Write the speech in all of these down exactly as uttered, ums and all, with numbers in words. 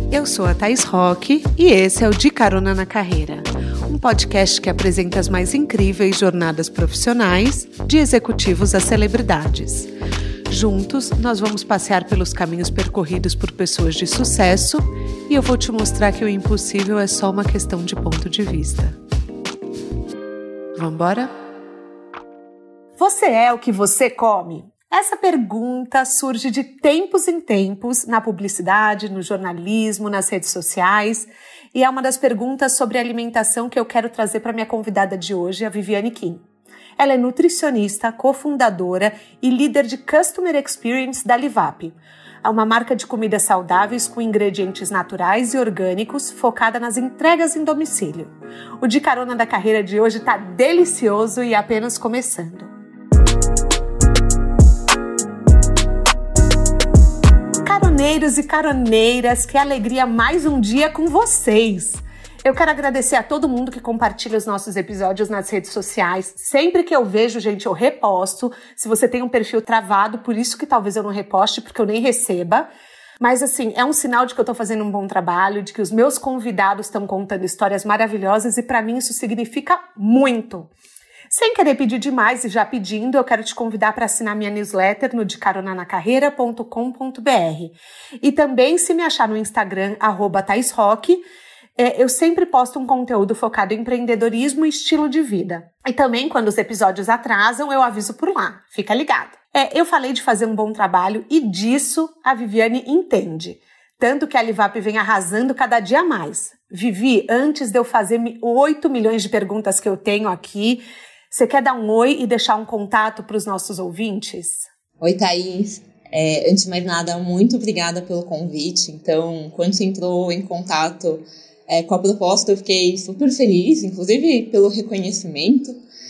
Eu sou a Thaís Roque e esse é o De Carona na Carreira, um podcast que apresenta as mais incríveis jornadas profissionais de executivos a celebridades. Juntos, nós vamos passear pelos caminhos percorridos por pessoas de sucesso e eu vou te mostrar que o impossível é só uma questão de ponto de vista. Vamos embora? Você é o que você come? Essa pergunta surge de tempos em tempos na publicidade, no jornalismo, nas redes sociais e é uma das perguntas sobre alimentação que eu quero trazer para minha convidada de hoje, a Viviane Kim. Ela é nutricionista, cofundadora e líder de Customer Experience da Livap, uma marca de comidas saudáveis com ingredientes naturais e orgânicos focada nas entregas em domicílio. O De Carona da Carreira de hoje está delicioso e apenas começando. Caroneiros e caroneiras, que alegria mais um dia com vocês! Eu quero agradecer a todo mundo que compartilha os nossos episódios nas redes sociais. Sempre que eu vejo, gente, eu reposto. Se você tem um perfil travado, por isso que talvez eu não reposte, porque eu nem receba. Mas, assim, é um sinal de que eu tô fazendo um bom trabalho, de que os meus convidados estão contando histórias maravilhosas e para mim isso significa muito. Sem querer pedir demais e já pedindo, eu quero te convidar para assinar minha newsletter no de carona na carreira ponto com ponto b r. E também, se me achar no Instagram, arroba Thaís Roque, é, eu sempre posto um conteúdo focado em empreendedorismo e estilo de vida. E também, quando os episódios atrasam, eu aviso por lá. Fica ligado. É, eu falei de fazer um bom trabalho e disso a Viviane entende. Tanto que a Livap vem arrasando cada dia mais. Vivi, antes de eu fazer oito milhões de perguntas que eu tenho aqui, você quer dar um oi e deixar um contato para os nossos ouvintes? Oi, Thaís. É, antes de mais nada, muito obrigada pelo convite. Então, quando você entrou em contato é, com a proposta, eu fiquei super feliz, inclusive pelo reconhecimento.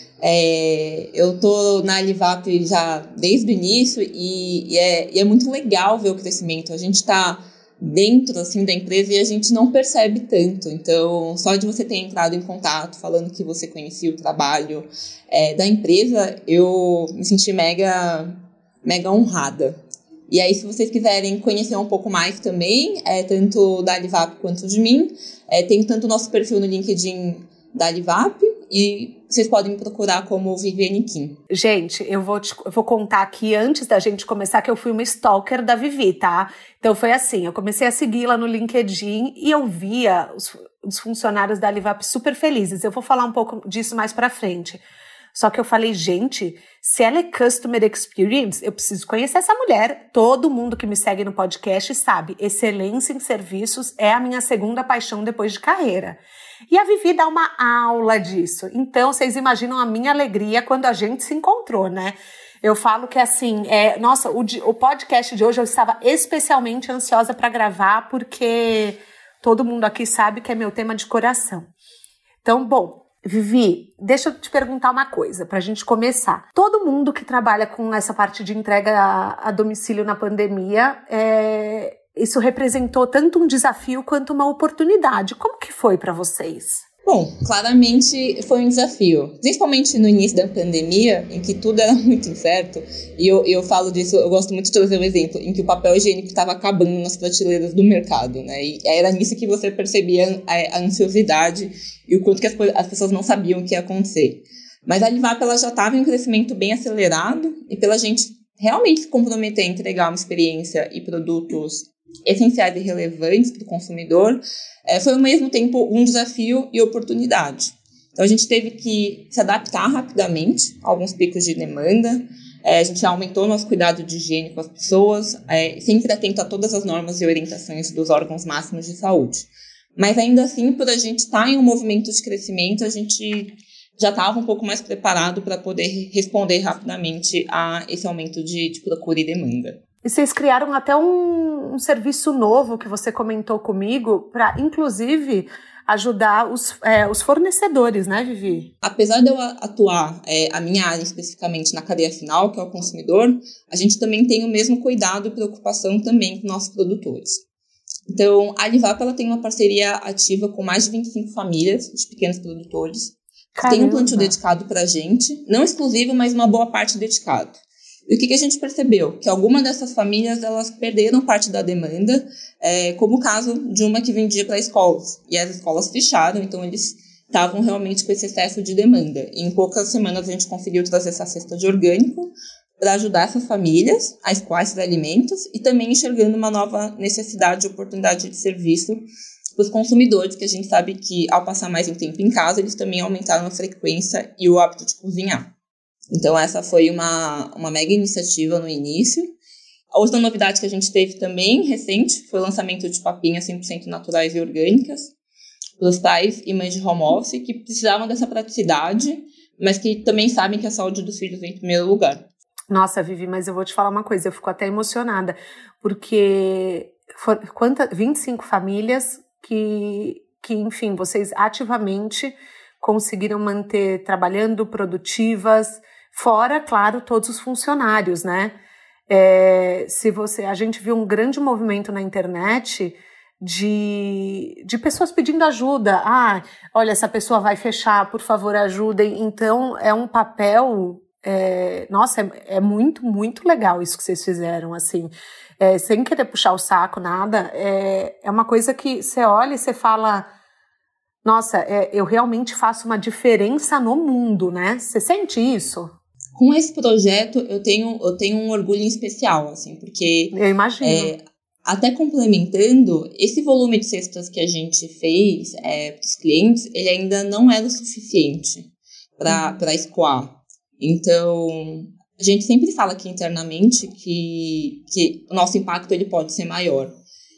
É, eu tô na Livap já desde o início e, e, é, e é muito legal ver o crescimento. A gente está dentro assim, da empresa e a gente não percebe tanto. Então, só de você ter entrado em contato, falando que você conhecia o trabalho é, da empresa, eu me senti mega, mega honrada. E aí, se vocês quiserem conhecer um pouco mais também, é, tanto da Livap quanto de mim, é, tem tanto o nosso perfil no LinkedIn da Livap e vocês podem me procurar como Viviane Kim. Gente, eu vou, te, eu vou contar aqui, antes da gente começar, que eu fui uma stalker da Vivi, tá? Então foi assim, eu comecei a segui-la no LinkedIn e eu via os, os funcionários da Livap super felizes. Eu vou falar um pouco disso mais pra frente. Só que eu falei, gente, se ela é Customer Experience, eu preciso conhecer essa mulher. Todo mundo que me segue no podcast sabe, excelência em serviços é a minha segunda paixão depois de carreira. E a Vivi dá uma aula disso. Então, vocês imaginam a minha alegria quando a gente se encontrou, né? Eu falo que, assim, é, nossa, o, o podcast de hoje eu estava especialmente ansiosa para gravar, porque todo mundo aqui sabe que é meu tema de coração. Então, bom, Vivi, deixa eu te perguntar uma coisa, para a gente começar. Todo mundo que trabalha com essa parte de entrega a, a domicílio na pandemia, é... isso representou tanto um desafio quanto uma oportunidade. Como que foi para vocês? Bom, claramente foi um desafio, principalmente no início da pandemia, em que tudo era muito incerto, e eu, eu falo disso, eu gosto muito de trazer o exemplo, em que o papel higiênico estava acabando nas prateleiras do mercado, né, e era nisso que você percebia a, a ansiosidade e o quanto que as, as pessoas não sabiam o que ia acontecer. Mas a Livap, ela já estava em um crescimento bem acelerado, e pela gente realmente se comprometer a entregar uma experiência e produtos essenciais e relevantes para o consumidor, é, foi ao mesmo tempo um desafio e oportunidade. Então a gente teve que se adaptar rapidamente a alguns picos de demanda, é, a gente aumentou nosso cuidado de higiene com as pessoas, é, sempre atento a todas as normas e orientações dos órgãos máximos de saúde. Mas ainda assim, por a gente estar em um movimento de crescimento, a gente já estava um pouco mais preparado para poder responder rapidamente a esse aumento de, de procura e demanda. E vocês criaram até um, um serviço novo que você comentou comigo para, inclusive, ajudar os, é, os fornecedores, né, Vivi? Apesar de eu atuar é, a minha área especificamente na cadeia final, que é o consumidor, a gente também tem o mesmo cuidado e preocupação também com nossos produtores. Então, a Livap, ela tem uma parceria ativa com mais de vinte e cinco famílias de pequenos produtores. Caramba. Tem um plantio dedicado para a gente, não exclusivo, mas uma boa parte dedicado. E o que, que a gente percebeu? Que algumas dessas famílias, elas perderam parte da demanda, é, como o caso de uma que vendia para escolas. E as escolas fecharam, então eles estavam realmente com esse excesso de demanda. E em poucas semanas a gente conseguiu trazer essa cesta de orgânico para ajudar essas famílias a escoar esses alimentos e também enxergando uma nova necessidade e oportunidade de serviço para os consumidores, que a gente sabe que ao passar mais um tempo em casa, eles também aumentaram a frequência e o hábito de cozinhar. Então essa foi uma, uma mega iniciativa no início. A outra novidade que a gente teve também, recente, foi o lançamento de papinhas cem por cento naturais e orgânicas para os pais e mães de home office que precisavam dessa praticidade, mas que também sabem que a saúde dos filhos vem em primeiro lugar. Nossa, Vivi, mas eu vou te falar uma coisa, eu fico até emocionada, porque for, quanta, vinte e cinco famílias que, que, enfim, vocês ativamente conseguiram manter trabalhando, produtivas, fora, claro, todos os funcionários, né? É, se você, a gente viu um grande movimento na internet de, de pessoas pedindo ajuda. Ah, olha, essa pessoa vai fechar, por favor, ajudem. Então, é um papel... É, nossa, é, é muito, muito legal isso que vocês fizeram, assim, é, sem querer puxar o saco, nada, é, é uma coisa que você olha e você fala, nossa, é, eu realmente faço uma diferença no mundo, né? Você sente isso? Com esse projeto, eu tenho, eu tenho um orgulho em especial, assim, porque... Eu imagino. É, até complementando, esse volume de cestas que a gente fez é, para os clientes, ele ainda não era o suficiente para uhum. escoar. Então, a gente sempre fala aqui internamente que, que o nosso impacto ele pode ser maior.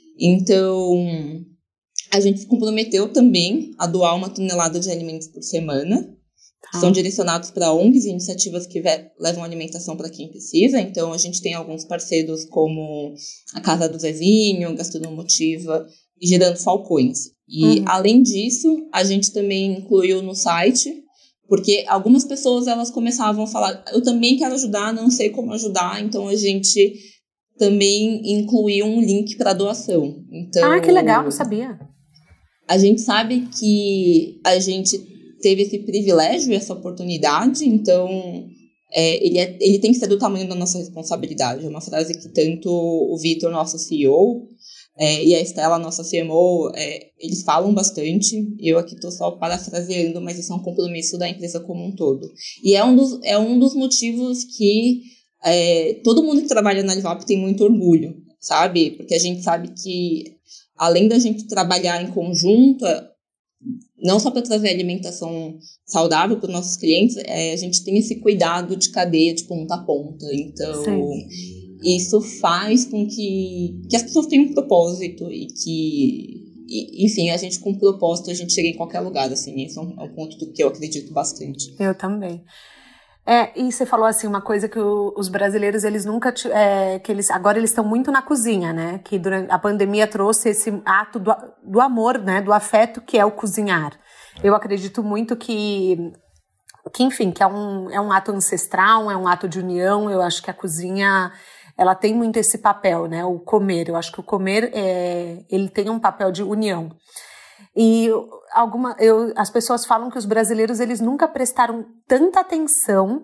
Então, a gente se comprometeu também a doar uma tonelada de alimentos por semana, que ah. são direcionados para O N Gs e iniciativas que ve- levam alimentação para quem precisa. Então, a gente tem alguns parceiros como a Casa do Zezinho, Gastronomotiva e Girando Falcões. E, uhum. além disso, a gente também incluiu no site... Porque algumas pessoas, elas começavam a falar, eu também quero ajudar, não sei como ajudar, então a gente também incluiu um link para doação. Então, ah, que legal, não sabia. A gente sabe que a gente teve esse privilégio, essa oportunidade, então é, ele, é, ele tem que ser do tamanho da nossa responsabilidade. É uma frase que tanto o Vitor, nosso C E O, É, e a Estela, nossa C M O, é, eles falam bastante, eu aqui estou só parafraseando, mas isso é um compromisso da empresa como um todo. E é um dos, é um dos motivos que é, todo mundo que trabalha na Livap tem muito orgulho, sabe? Porque a gente sabe que, além da gente trabalhar em conjunto, não só para trazer alimentação saudável para os nossos clientes, é, a gente tem esse cuidado de cadeia de ponta a ponta. Então... Sim. Isso faz com que, que as pessoas tenham um propósito e que, e, enfim, a gente com propósito, a gente chega em qualquer lugar, assim, esse é um, é um ponto do que eu acredito bastante. Eu também. É, e você falou, assim, uma coisa que o, os brasileiros, eles nunca, é, que eles, agora eles estão muito na cozinha, né, que durante a pandemia trouxe esse ato do, do amor, né, do afeto, que é o cozinhar. Eu acredito muito que... que, enfim, que é um, é um ato ancestral, é um ato de união. Eu acho que a cozinha, ela tem muito esse papel, né, o comer. Eu acho que o comer, é, ele tem um papel de união. E alguma, eu, as pessoas falam que os brasileiros, eles nunca prestaram tanta atenção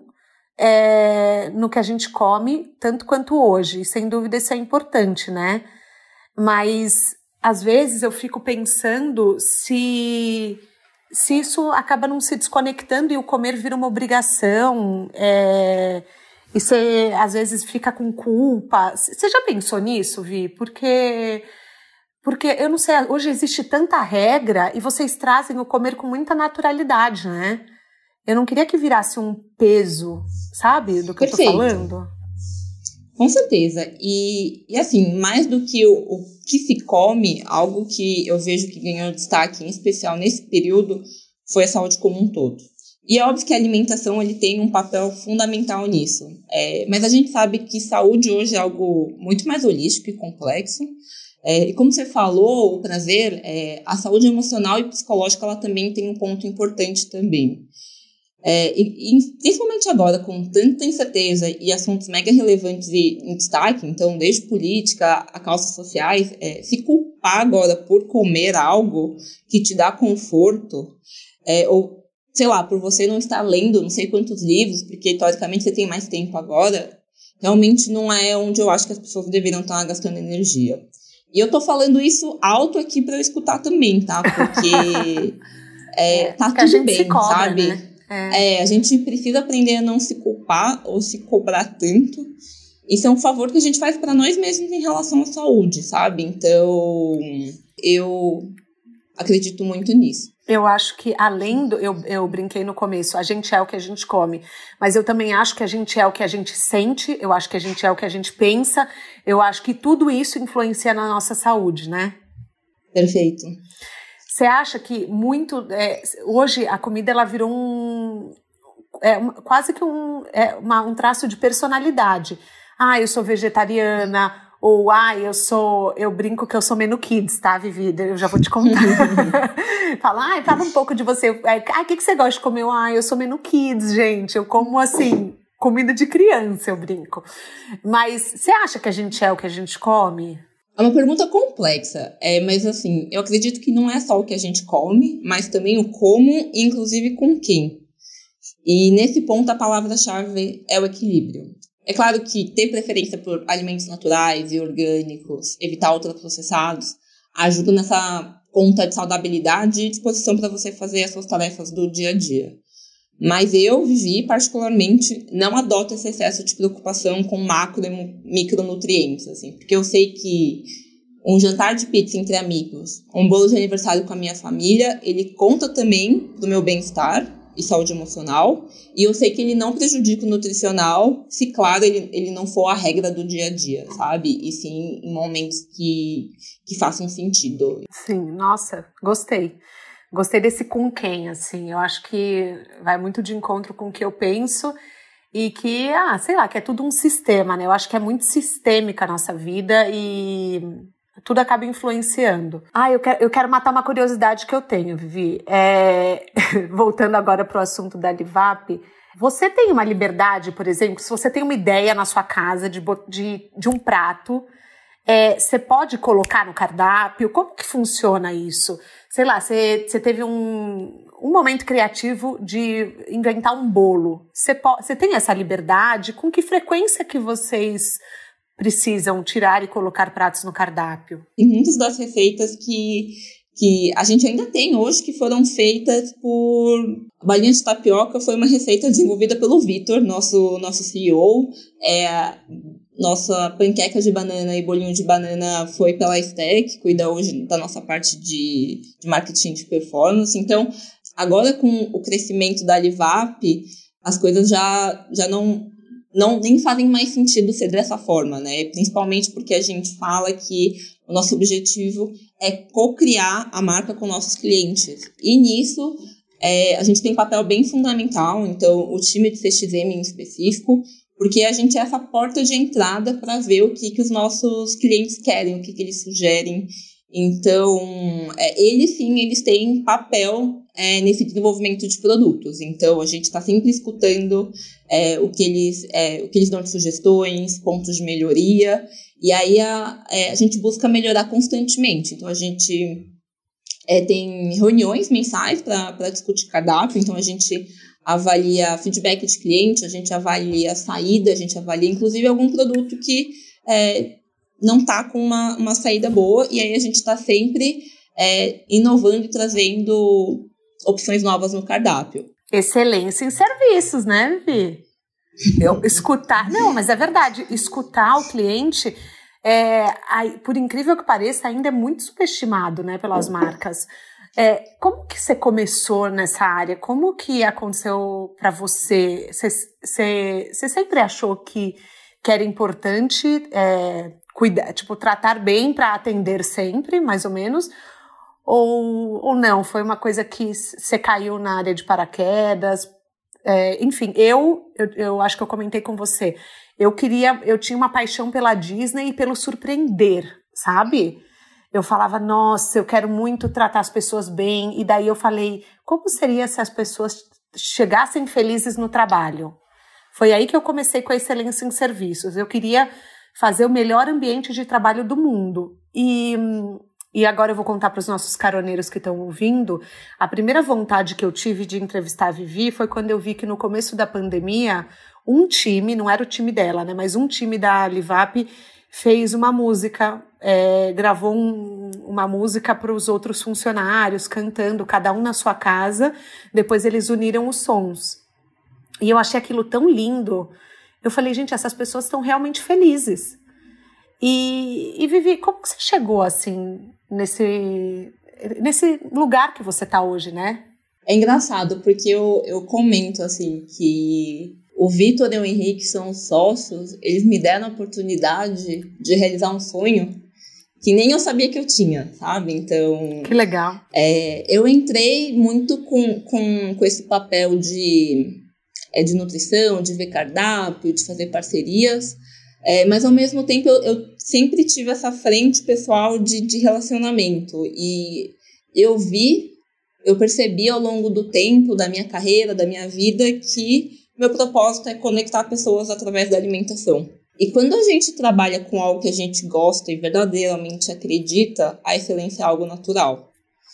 é, no que a gente come, tanto quanto hoje. E, sem dúvida, isso é importante, né? Mas, às vezes, eu fico pensando se... se isso acaba não se desconectando e o comer vira uma obrigação, é, e você às vezes fica com culpa. Você já pensou nisso, Vi? Porque, porque eu não sei, hoje existe tanta regra e vocês trazem o comer com muita naturalidade, né? Eu não queria que virasse um peso, sabe, do que Perfeito. Eu tô falando. Com certeza. E, e assim, mais do que o, o que se come, algo que eu vejo que ganhou destaque, em especial nesse período, foi a saúde como um todo. E é óbvio que a alimentação ele tem um papel fundamental nisso. É, mas a gente sabe que saúde hoje é algo muito mais holístico e complexo. É, e como você falou, o prazer, é, a saúde emocional e psicológica ela também tem um ponto importante também. É, e, e principalmente agora, com tanta incerteza e assuntos mega relevantes e em destaque, então desde política a causas sociais, é, se culpar agora por comer algo que te dá conforto, é, ou sei lá, por você não estar lendo não sei quantos livros, porque teoricamente você tem mais tempo agora, realmente não é onde eu acho que as pessoas deveriam estar gastando energia. E eu tô falando isso alto aqui para eu escutar também, tá? Porque é, tá Porque tudo bem, cobra, sabe? Né? É. É, a gente precisa aprender a não se culpar ou se cobrar tanto. Isso é um favor que a gente faz para nós mesmos em relação à saúde, sabe? Então, eu acredito muito nisso. Eu acho que, além do... Eu, eu brinquei no começo, a gente é o que a gente come. Mas eu também acho que a gente é o que a gente sente, eu acho que a gente é o que a gente pensa. Eu acho que tudo isso influencia na nossa saúde, né? Perfeito. Você acha que muito... É, hoje a comida ela virou um... É, um, quase que um, é uma, um traço de personalidade. Ah, eu sou vegetariana, ou ah, eu sou, eu brinco que eu sou menu kids, tá, Vivi? Eu já vou te contar. Fala, ah, fala um pouco de você. Ah, o que, que você gosta de comer? Ah, eu sou menu kids, gente. Eu como, assim, comida de criança, eu brinco. Mas você acha que a gente é o que a gente come? É uma pergunta complexa, é, mas assim, eu acredito que não é só o que a gente come, mas também o como e inclusive com quem. E nesse ponto a palavra-chave é o equilíbrio. É claro que ter preferência por alimentos naturais e orgânicos, evitar ultraprocessados, ajuda nessa conta de saudabilidade e disposição para você fazer as suas tarefas do dia a dia. Mas eu, Vivi, particularmente, não adoto esse excesso de preocupação com macro e micronutrientes, assim, porque eu sei que um jantar de pizza entre amigos, um bolo de aniversário com a minha família, ele conta também do meu bem-estar e saúde emocional, e eu sei que ele não prejudica o nutricional se, claro, ele, ele não for a regra do dia a dia, sabe? E sim em momentos que, que façam sentido. Sim, nossa, gostei. Gostei desse com quem, assim, eu acho que vai muito de encontro com o que eu penso e que, ah, sei lá, que é tudo um sistema, né? Eu acho que é muito sistêmica a nossa vida e tudo acaba influenciando. Ah, eu quero, eu quero matar uma curiosidade que eu tenho, Vivi. É... Voltando agora para o assunto da Livap, você tem uma liberdade, por exemplo, se você tem uma ideia na sua casa de, de, de um prato, é, você pode colocar no cardápio? Como que funciona isso? Sei lá, você, você teve um, um momento criativo de inventar um bolo. Você, po- você tem essa liberdade? Com que frequência que vocês precisam tirar e colocar pratos no cardápio? Tem muitas das receitas que, que a gente ainda tem hoje que foram feitas por... A balinha de tapioca foi uma receita desenvolvida pelo Vitor, nosso, nosso C E O. É... Nossa panqueca de banana e bolinho de banana foi pela Esté, que cuida hoje da nossa parte de, de marketing de performance. Então, agora com o crescimento da Livap, as coisas já, já não, não nem fazem mais sentido ser dessa forma, né? Principalmente porque a gente fala que o nosso objetivo é co-criar a marca com nossos clientes. E nisso, é, a gente tem um papel bem fundamental, então o time de C X M em específico, porque a gente é essa porta de entrada para ver o que, que os nossos clientes querem, o que, que eles sugerem. Então, é, eles sim, eles têm papel é, nesse desenvolvimento de produtos. Então, a gente está sempre escutando é, o, que eles, é, o que eles dão de sugestões, pontos de melhoria. E aí, a, é, a gente busca melhorar constantemente. Então, a gente é, tem reuniões mensais para discutir cardápio. Então, a gente avalia feedback de cliente, a gente avalia a saída, a gente avalia inclusive algum produto que é, não está com uma, uma saída boa, e aí a gente está sempre é, inovando e trazendo opções novas no cardápio. Excelência em serviços, né, Vivi? Eu, escutar, não, mas é verdade, escutar o cliente, é, por incrível que pareça, ainda é muito subestimado, né, pelas marcas. É, como que você começou nessa área? Como que aconteceu para você? Você, você, você sempre achou que, que era importante é, cuidar, tipo, tratar bem para atender sempre, mais ou menos? Ou, ou não? Foi uma coisa que você caiu na área de paraquedas? É, enfim, eu, eu, eu acho que eu comentei com você. Eu queria, eu tinha uma paixão pela Disney e pelo surpreender, sabe? Eu falava, nossa, eu quero muito tratar as pessoas bem. E daí eu falei, como seria se as pessoas chegassem felizes no trabalho? Foi aí que eu comecei com a excelência em serviços. Eu queria fazer o melhor ambiente de trabalho do mundo. E, E agora eu vou contar para os nossos caroneiros que estão ouvindo. A primeira vontade que eu tive de entrevistar a Vivi foi quando eu vi que no começo da pandemia, um time, não era o time dela, né, mas um time da Livap fez uma música, é, gravou um, uma música para os outros funcionários, cantando, cada um na sua casa. Depois eles uniram os sons. E eu achei aquilo tão lindo. Eu falei, gente, essas pessoas estão realmente felizes. E, e Vivi, como que você chegou, assim, nesse, nesse lugar que você está hoje, né? É engraçado, porque eu, eu comento, assim, que o Vitor e o Henrique são sócios, eles me deram a oportunidade de realizar um sonho que nem eu sabia que eu tinha, sabe? Então... Que legal. É, eu entrei muito com, com, com esse papel de, é, de nutrição, de ver cardápio, de fazer parcerias... É, mas, ao mesmo tempo, eu, eu sempre tive essa frente pessoal de, de relacionamento. E eu vi, eu percebi ao longo do tempo, da minha carreira, da minha vida, que meu propósito é conectar pessoas através da alimentação. E quando a gente trabalha com algo que a gente gosta e verdadeiramente acredita, a excelência é algo natural.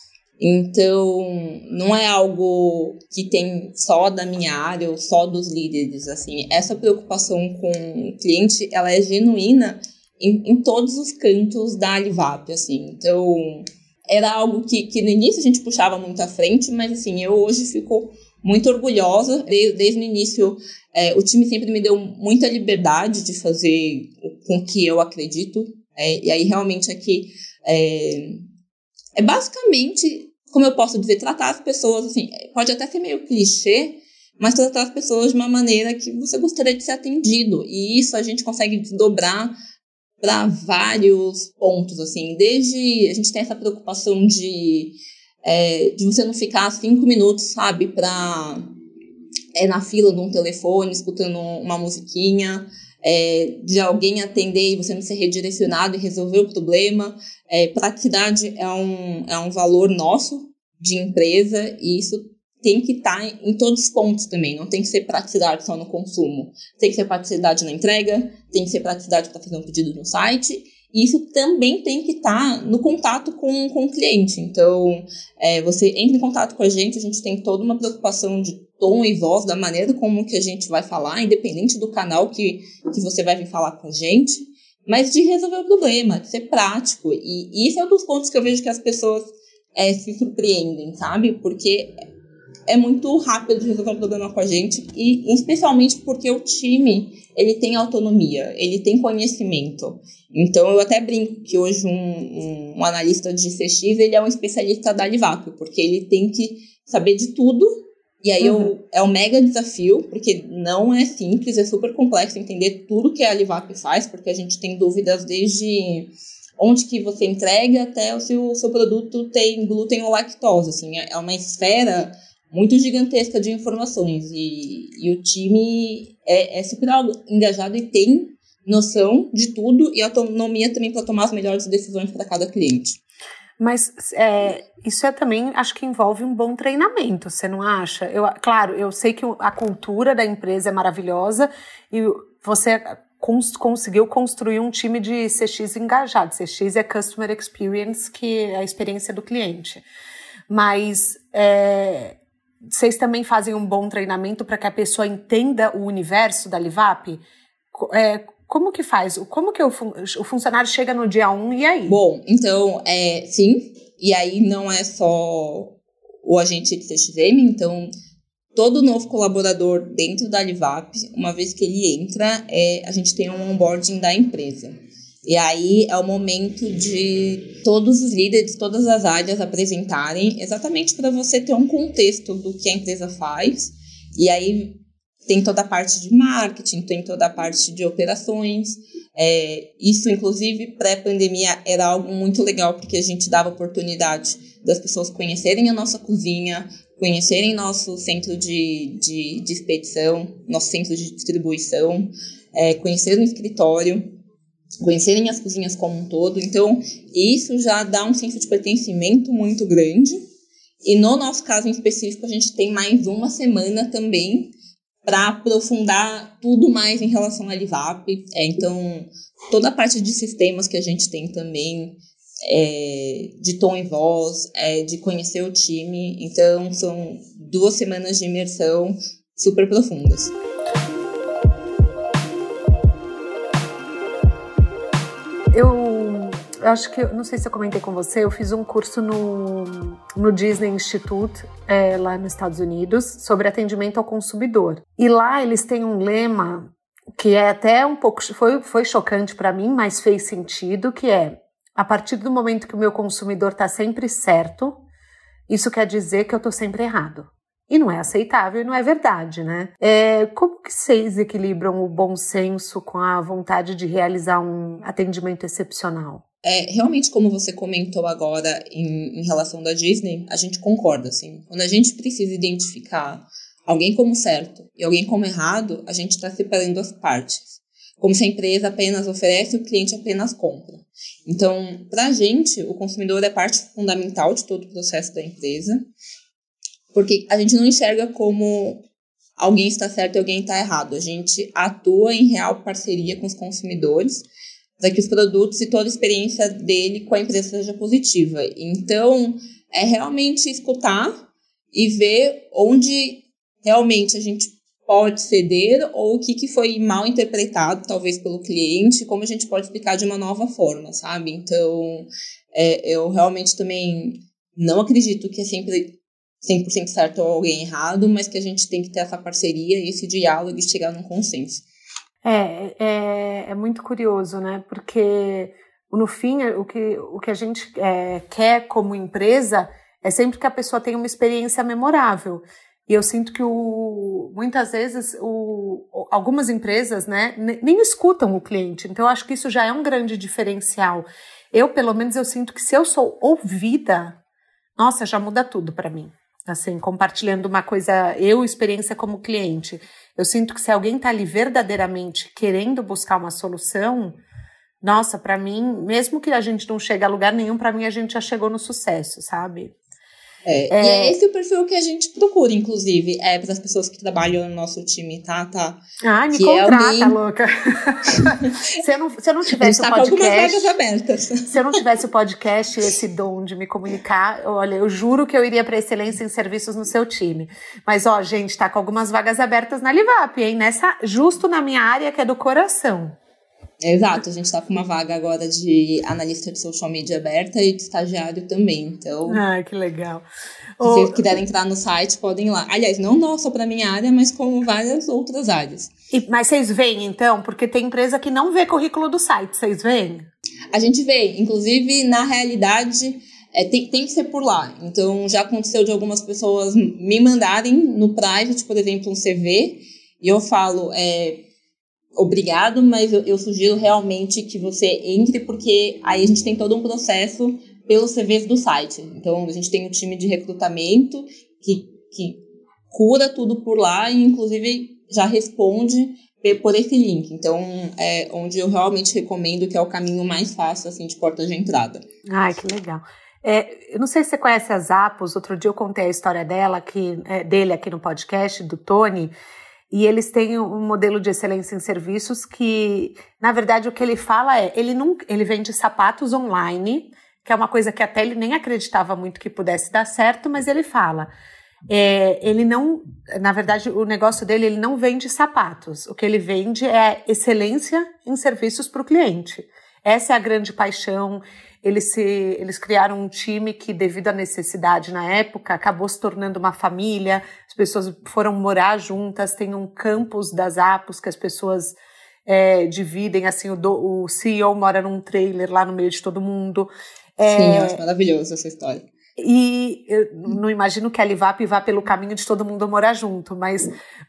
Então, não é algo que tem só da minha área ou só dos líderes, assim. Essa preocupação com o cliente, ela é genuína em, em todos os cantos da Livap, assim. Então, era algo que, que no início a gente puxava muito à frente, mas, assim, eu hoje fico muito orgulhosa. Desde, desde o início, é, o time sempre me deu muita liberdade de fazer com o que eu acredito. É, e aí, realmente, aqui... É, é basicamente... Como eu posso dizer, tratar as pessoas, assim, pode até ser meio clichê, mas tratar as pessoas de uma maneira que você gostaria de ser atendido. E isso a gente consegue desdobrar para vários pontos, assim. Desde, a gente tem essa preocupação de, é, de você não ficar cinco minutos, sabe, pra, é, na fila de um telefone, escutando uma musiquinha, é, de alguém atender e você não ser redirecionado e resolver o problema. É, praticidade é um, é um valor nosso de empresa e isso tem que estar em, em todos os pontos também. Não tem que ser praticidade só no consumo. Tem que ser praticidade na entrega, tem que ser praticidade para fazer um pedido no site. E isso também tem que estar no contato com, com o cliente. Então, é, você entra em contato com a gente, a gente tem toda uma preocupação de tom e voz, da maneira como que a gente vai falar, independente do canal que, que você vai vir falar com a gente, mas de resolver o problema, de ser prático. E, e isso é um dos pontos que eu vejo que as pessoas é, se surpreendem, sabe? Porque é muito rápido de resolver um problema com a gente, e especialmente porque o time, ele tem autonomia, ele tem conhecimento. Então, eu até brinco que hoje um, um, um analista de C X, ele é um especialista da Livap, porque ele tem que saber de tudo, e aí uhum. eu, é um mega desafio, porque não é simples, é super complexo entender tudo que a Livap faz, porque a gente tem dúvidas desde onde que você entrega até se o seu produto tem glúten ou lactose, assim, é uma esfera muito gigantesca de informações, e, e o time é, é super engajado e tem noção de tudo e autonomia também para tomar as melhores decisões para cada cliente. Mas é, isso é também, acho que envolve um bom treinamento, você não acha? Eu, claro, eu sei que a cultura da empresa é maravilhosa e você cons- conseguiu construir um time de C X engajado. C X é Customer Experience, que é a experiência do cliente. Mas é, vocês também fazem um bom treinamento para que a pessoa entenda o universo da Livap? É, como que faz? Como que o, fun- o funcionário chega no dia um e aí? Bom, então, é, sim, e aí não é só o agente de C X M, então todo novo colaborador dentro da Livap, uma vez que ele entra, é, a gente tem um onboarding da empresa. E aí é o momento de todos os líderes, todas as áreas apresentarem, exatamente para você ter um contexto do que a empresa faz. E aí tem toda a parte de marketing, tem toda a parte de operações. É, isso, inclusive, pré-pandemia era algo muito legal, porque a gente dava oportunidade das pessoas conhecerem a nossa cozinha, conhecerem nosso centro de, de, de expedição, nosso centro de distribuição, é, conhecerem o escritório, conhecerem as cozinhas como um todo. Então, isso já dá um senso de pertencimento muito grande. E no nosso caso em específico, a gente tem mais uma semana também para aprofundar tudo mais em relação à Livap. É, então, toda a parte de sistemas que a gente tem também, é, de tom e voz, é, de conhecer o time. Então, são duas semanas de imersão super profundas. Eu, eu acho que, não sei se eu comentei com você, eu fiz um curso no, no Disney Institute, é, lá nos Estados Unidos, sobre atendimento ao consumidor. E lá eles têm um lema que é até um pouco, foi, foi chocante para mim, mas fez sentido, que é, a partir do momento que o meu consumidor está sempre certo, isso quer dizer que eu estou sempre errado. E não é aceitável e não é verdade, né? É, como que vocês equilibram o bom senso com a vontade de realizar um atendimento excepcional? É, realmente, como você comentou agora em, em relação da Disney, a gente concorda, assim. Quando a gente precisa identificar alguém como certo e alguém como errado, a gente está separando as partes. Como se a empresa apenas oferece e o cliente apenas compra. Então, para a gente, o consumidor é parte fundamental de todo o processo da empresa, porque a gente não enxerga como alguém está certo e alguém está errado. A gente atua em real parceria com os consumidores para que os produtos e toda a experiência dele com a empresa seja positiva. Então, é realmente escutar e ver onde realmente a gente pode ceder ou o que, que foi mal interpretado, talvez, pelo cliente, como a gente pode explicar de uma nova forma, sabe? Então, é, eu realmente também não acredito que é sempre cem por cento certo ou alguém errado, mas que a gente tem que ter essa parceria e esse diálogo e chegar num consenso. É, é, é muito curioso, né? Porque, no fim, o que, o que a gente é, quer como empresa é sempre que a pessoa tenha uma experiência memorável. E eu sinto que o, muitas vezes o, algumas empresas, né, nem escutam o cliente. Então, eu acho que isso já é um grande diferencial. Eu, pelo menos, eu sinto que se eu sou ouvida, nossa, já muda tudo para mim. Assim, compartilhando uma coisa, eu, experiência como cliente. Eu sinto que se alguém está ali verdadeiramente querendo buscar uma solução, nossa, para mim, mesmo que a gente não chegue a lugar nenhum, para mim a gente já chegou no sucesso, sabe? É, é... E é esse o perfil que a gente procura, inclusive, é, para as pessoas que trabalham no nosso time, tá? tá ah, me que contrata, é alguém... louca. se, eu não, se eu não tivesse o tá podcast... abertas. Se eu não tivesse o podcast e esse dom de me comunicar, olha, eu juro que eu iria para excelência em serviços no seu time. Mas, ó, gente, tá com algumas vagas abertas na Livap, hein? Nessa, justo na minha área, que é do coração. Exato, a gente está com uma vaga agora de analista de social media aberta e de estagiário também, então... Ah, que legal. Se vocês oh, quiserem entrar no site, podem ir lá. Aliás, não só para a minha área, mas como várias outras áreas. E, mas vocês veem, então? Porque tem empresa que não vê currículo do site, vocês veem? A gente vê, inclusive, na realidade, é, tem, tem que ser por lá. Então, já aconteceu de algumas pessoas me mandarem no private, por exemplo, um C V, e eu falo... É, obrigado, mas eu, eu sugiro realmente que você entre, porque aí a gente tem todo um processo pelos C Vs do site. Então, a gente tem um time de recrutamento que, que cura tudo por lá e, inclusive, já responde por esse link. Então, é onde eu realmente recomendo que é o caminho mais fácil, assim, de porta de entrada. Ai, que legal. É, eu não sei se você conhece a Zappos, outro dia eu contei a história dela, que, é, dele aqui no podcast, do Tony. E eles têm um modelo de excelência em serviços que, na verdade, o que ele fala é, ele, não, ele vende sapatos online, que é uma coisa que até ele nem acreditava muito que pudesse dar certo, mas ele fala, é, ele não, na verdade, o negócio dele, ele não vende sapatos, o que ele vende é excelência em serviços para o cliente. Essa é a grande paixão. Eles, se, eles criaram um time que, devido à necessidade na época, acabou se tornando uma família, as pessoas foram morar juntas, tem um campus das Zappos que as pessoas é, dividem, assim, o, do, o C E O mora num trailer lá no meio de todo mundo. É, Sim, eu acho maravilhosa essa história. E eu não imagino que a Livap vá pelo caminho de todo mundo morar junto, mas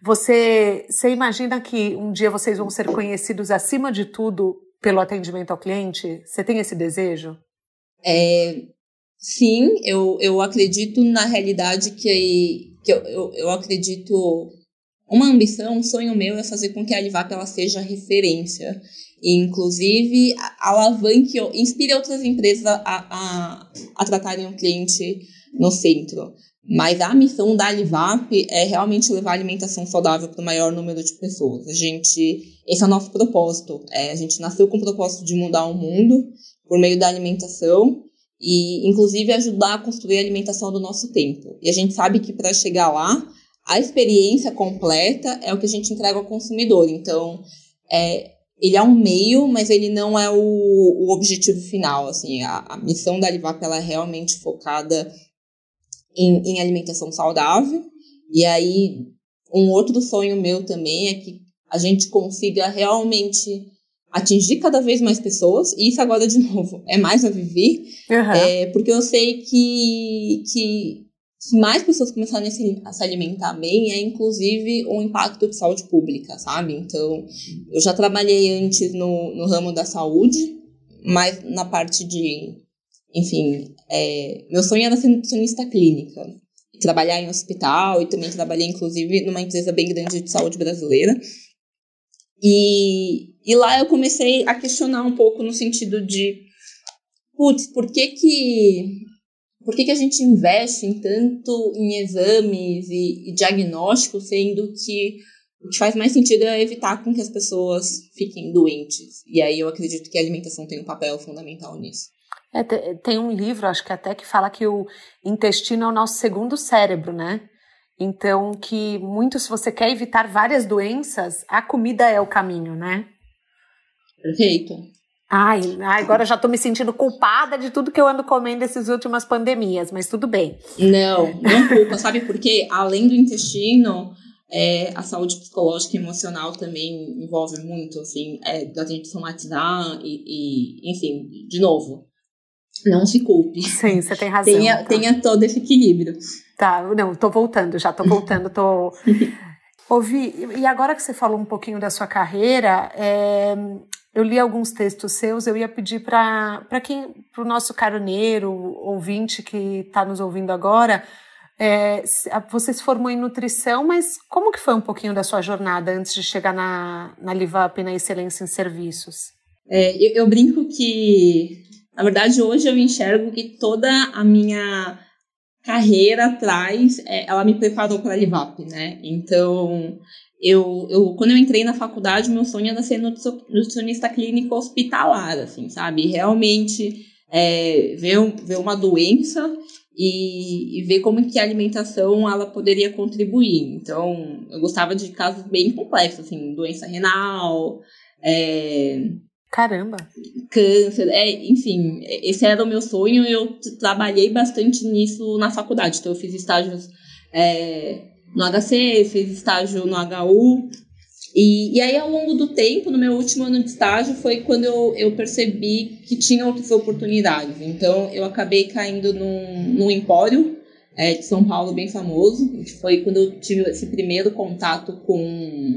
você, você imagina que um dia vocês vão ser conhecidos, acima de tudo, pelo atendimento ao cliente? Você tem esse desejo? É, sim, eu, eu acredito na realidade que, que eu, eu, eu acredito... Uma ambição, um sonho meu é fazer com que a Livap ela seja referência. E, inclusive, alavanque, inspire outras empresas a, a, a tratarem o cliente no centro. Mas a missão da Livap é realmente levar a alimentação saudável para o maior número de pessoas. A gente, esse é o nosso propósito. É, a gente nasceu com o propósito de mudar o mundo, por meio da alimentação e, inclusive, ajudar a construir a alimentação do nosso tempo. E a gente sabe que para chegar lá, a experiência completa é o que a gente entrega ao consumidor. Então, é, ele é um meio, mas ele não é o, o objetivo final. Assim, a, a missão da Livap ela é realmente focada em, em alimentação saudável. E aí, um outro sonho meu também é que a gente consiga realmente atingir cada vez mais pessoas. E isso agora, de novo, é mais a Vivi. Uhum. É, porque eu sei que... que se mais pessoas começarem a se, a se alimentar bem, é inclusive um impacto de saúde pública, sabe? Então, eu já trabalhei antes no, no ramo da saúde, mas na parte de, enfim, é, meu sonho era ser nutricionista clínica, trabalhar em hospital e também trabalhei, inclusive, numa empresa bem grande de saúde brasileira. E, e lá eu comecei a questionar um pouco no sentido de, putz, por que que... Por que, que a gente investe em tanto em exames e, e diagnósticos, sendo que o que faz mais sentido é evitar com que as pessoas fiquem doentes? E aí eu acredito que a alimentação tem um papel fundamental nisso. É, tem um livro, acho que até que fala que o intestino é o nosso segundo cérebro, né? Então, que muito, se você quer evitar várias doenças, a comida é o caminho, né? Perfeito. Ai, agora eu já tô me sentindo culpada de tudo que eu ando comendo essas últimas pandemias, mas tudo bem. Não, não culpa, sabe por quê? Além do intestino, é, a saúde psicológica e emocional também envolve muito, assim, é, da gente somatizar e, e, enfim, de novo, não se culpe. Sim, você tem razão. Tenha, tá. tenha todo esse equilíbrio. Tá, não, tô voltando, já tô voltando, tô... Ouvi, e agora que você falou um pouquinho da sua carreira, é... eu li alguns textos seus, eu ia pedir para quem, para o nosso caroneiro, ouvinte que está nos ouvindo agora, é, você se formou em nutrição, mas como que foi um pouquinho da sua jornada antes de chegar na, na Livap, na Excelência em Serviços? É, eu, eu brinco que, na verdade, hoje eu enxergo que toda a minha carreira atrás, é, ela me preparou para a Livap, né? Então... Eu, eu, quando eu entrei na faculdade, meu sonho era ser nutricionista clínico hospitalar, assim, sabe? Realmente é, ver, ver uma doença e, e ver como que a alimentação ela poderia contribuir. Então, eu gostava de casos bem complexos, assim, doença renal, é, caramba! Câncer, é, enfim, esse era o meu sonho e eu trabalhei bastante nisso na faculdade. Então, eu fiz estágios... É, no H C, fiz estágio no H U. E, e aí, ao longo do tempo, no meu último ano de estágio, foi quando eu, eu percebi que tinha outras oportunidades. Então, eu acabei caindo num, num empório é, de São Paulo bem famoso, que foi quando eu tive esse primeiro contato com,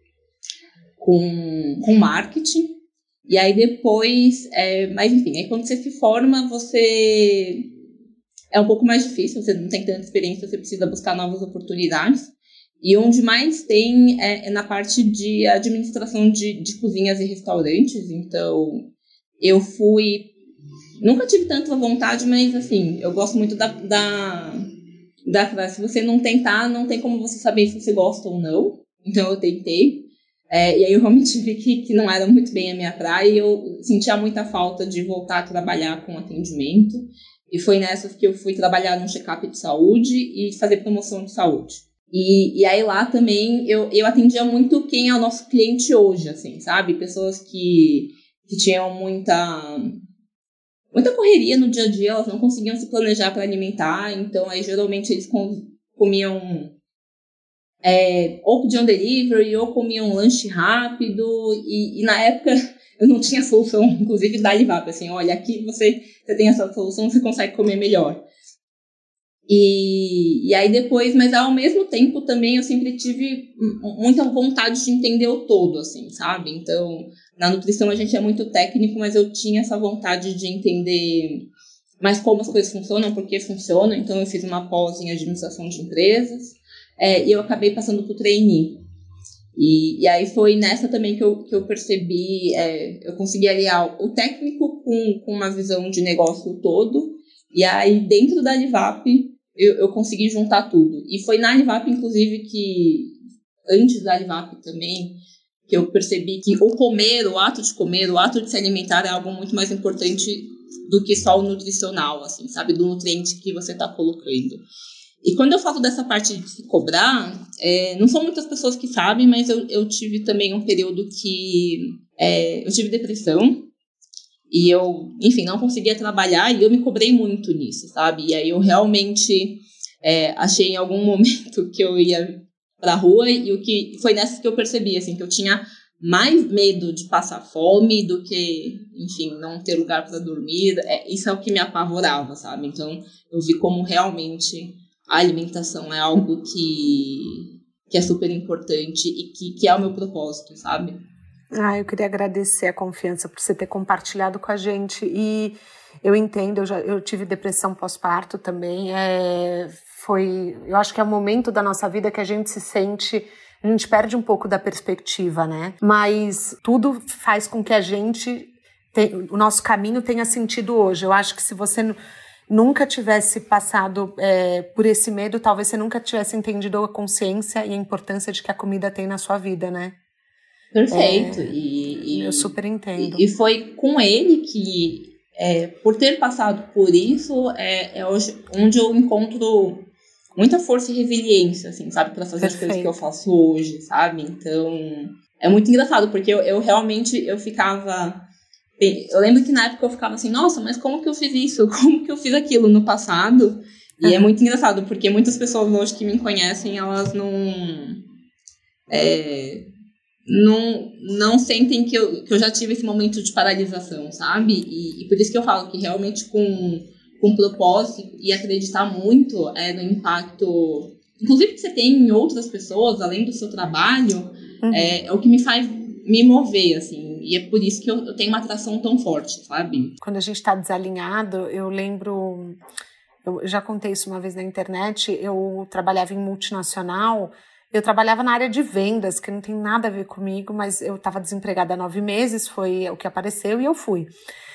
com, com marketing. E aí, depois... É, mas, enfim, aí quando você se forma, você... É um pouco mais difícil, você não tem tanta experiência, você precisa buscar novas oportunidades. E onde mais tem é, é na parte de administração de, de cozinhas e restaurantes. Então, eu fui... Nunca tive tanta vontade, mas, assim, eu gosto muito da... da, da se você não tentar, não tem como você saber se você gosta ou não. Então, eu tentei. É, e aí, eu realmente vi que, que não era muito bem a minha praia. E eu sentia muita falta de voltar a trabalhar com atendimento. E foi nessas que eu fui trabalhar num check-up de saúde e fazer promoção de saúde. E, e aí lá também eu, eu atendia muito quem é o nosso cliente hoje, assim, sabe? Pessoas que, que tinham muita, muita correria no dia a dia, elas não conseguiam se planejar para alimentar, então aí geralmente eles comiam é, ou pediam delivery ou comiam lanche rápido e, e na época... Eu não tinha solução, inclusive, da Livap. Assim, olha, aqui você, você tem essa solução, você consegue comer melhor. E, e aí depois, mas ao mesmo tempo também eu sempre tive muita vontade de entender o todo, assim, sabe? Então, na nutrição a gente é muito técnico, mas eu tinha essa vontade de entender mais como as coisas funcionam, por que funcionam. Então, eu fiz uma pós em administração de empresas é, e eu acabei passando para o trainee. E, e aí foi nessa também que eu, que eu percebi, é, eu consegui aliar o técnico com, com uma visão de negócio todo, e aí dentro da Livap eu, eu consegui juntar tudo. E foi na Livap, inclusive, que antes da Livap também, que eu percebi que o comer, o ato de comer, o ato de se alimentar é algo muito mais importante do que só o nutricional, assim, sabe? Do nutriente que você está colocando. E quando eu falo dessa parte de se cobrar, é, não são muitas pessoas que sabem, mas eu, eu tive também um período que é, eu tive depressão e eu, enfim, não conseguia trabalhar e eu me cobrei muito nisso, sabe? E aí eu realmente é, achei em algum momento que eu ia pra rua e o que foi nessa que eu percebi, assim, que eu tinha mais medo de passar fome do que, enfim, não ter lugar para dormir. É, isso é o que me apavorava, sabe? Então eu vi como realmente a alimentação é algo que, que é super importante e que, que é o meu propósito, sabe? Ah, eu queria agradecer a confiança por você ter compartilhado com a gente. E eu entendo, eu, já, eu tive depressão pós-parto também. É, foi, eu acho que é o momento da nossa vida que a gente se sente... A gente perde um pouco da perspectiva, né? Mas tudo faz com que a gente... Tem, o nosso caminho tenha sentido hoje. Eu acho que se você... nunca tivesse passado é, por esse medo, talvez você nunca tivesse entendido a consciência e a importância de que a comida tem na sua vida, né? Perfeito. É, e, e, eu super entendo. E, e foi com ele que, é, por ter passado por isso, é, é hoje onde eu encontro muita força e resiliência, assim, sabe? Para fazer Perfeito. As coisas que eu faço hoje, sabe? Então, é muito engraçado, porque eu, eu realmente, eu ficava... Eu lembro que na época eu ficava assim, nossa, mas como que eu fiz isso? Como que eu fiz aquilo no passado? E uhum. é muito engraçado, porque muitas pessoas hoje que me conhecem, elas não... É, não, não sentem que eu, que eu já tive esse momento de paralisação, sabe? E, e por isso que eu falo que realmente com, com propósito e acreditar muito é, no impacto, inclusive que você tem em outras pessoas, além do seu trabalho, uhum. é, é o que me faz me mover, assim. E é por isso que eu, eu tenho uma atração tão forte, sabe? Quando a gente tá desalinhado, eu lembro... Eu já contei isso uma vez na internet, eu trabalhava em multinacional, eu trabalhava na área de vendas, que não tem nada a ver comigo, mas eu estava desempregada há nove meses, foi o que apareceu e eu fui.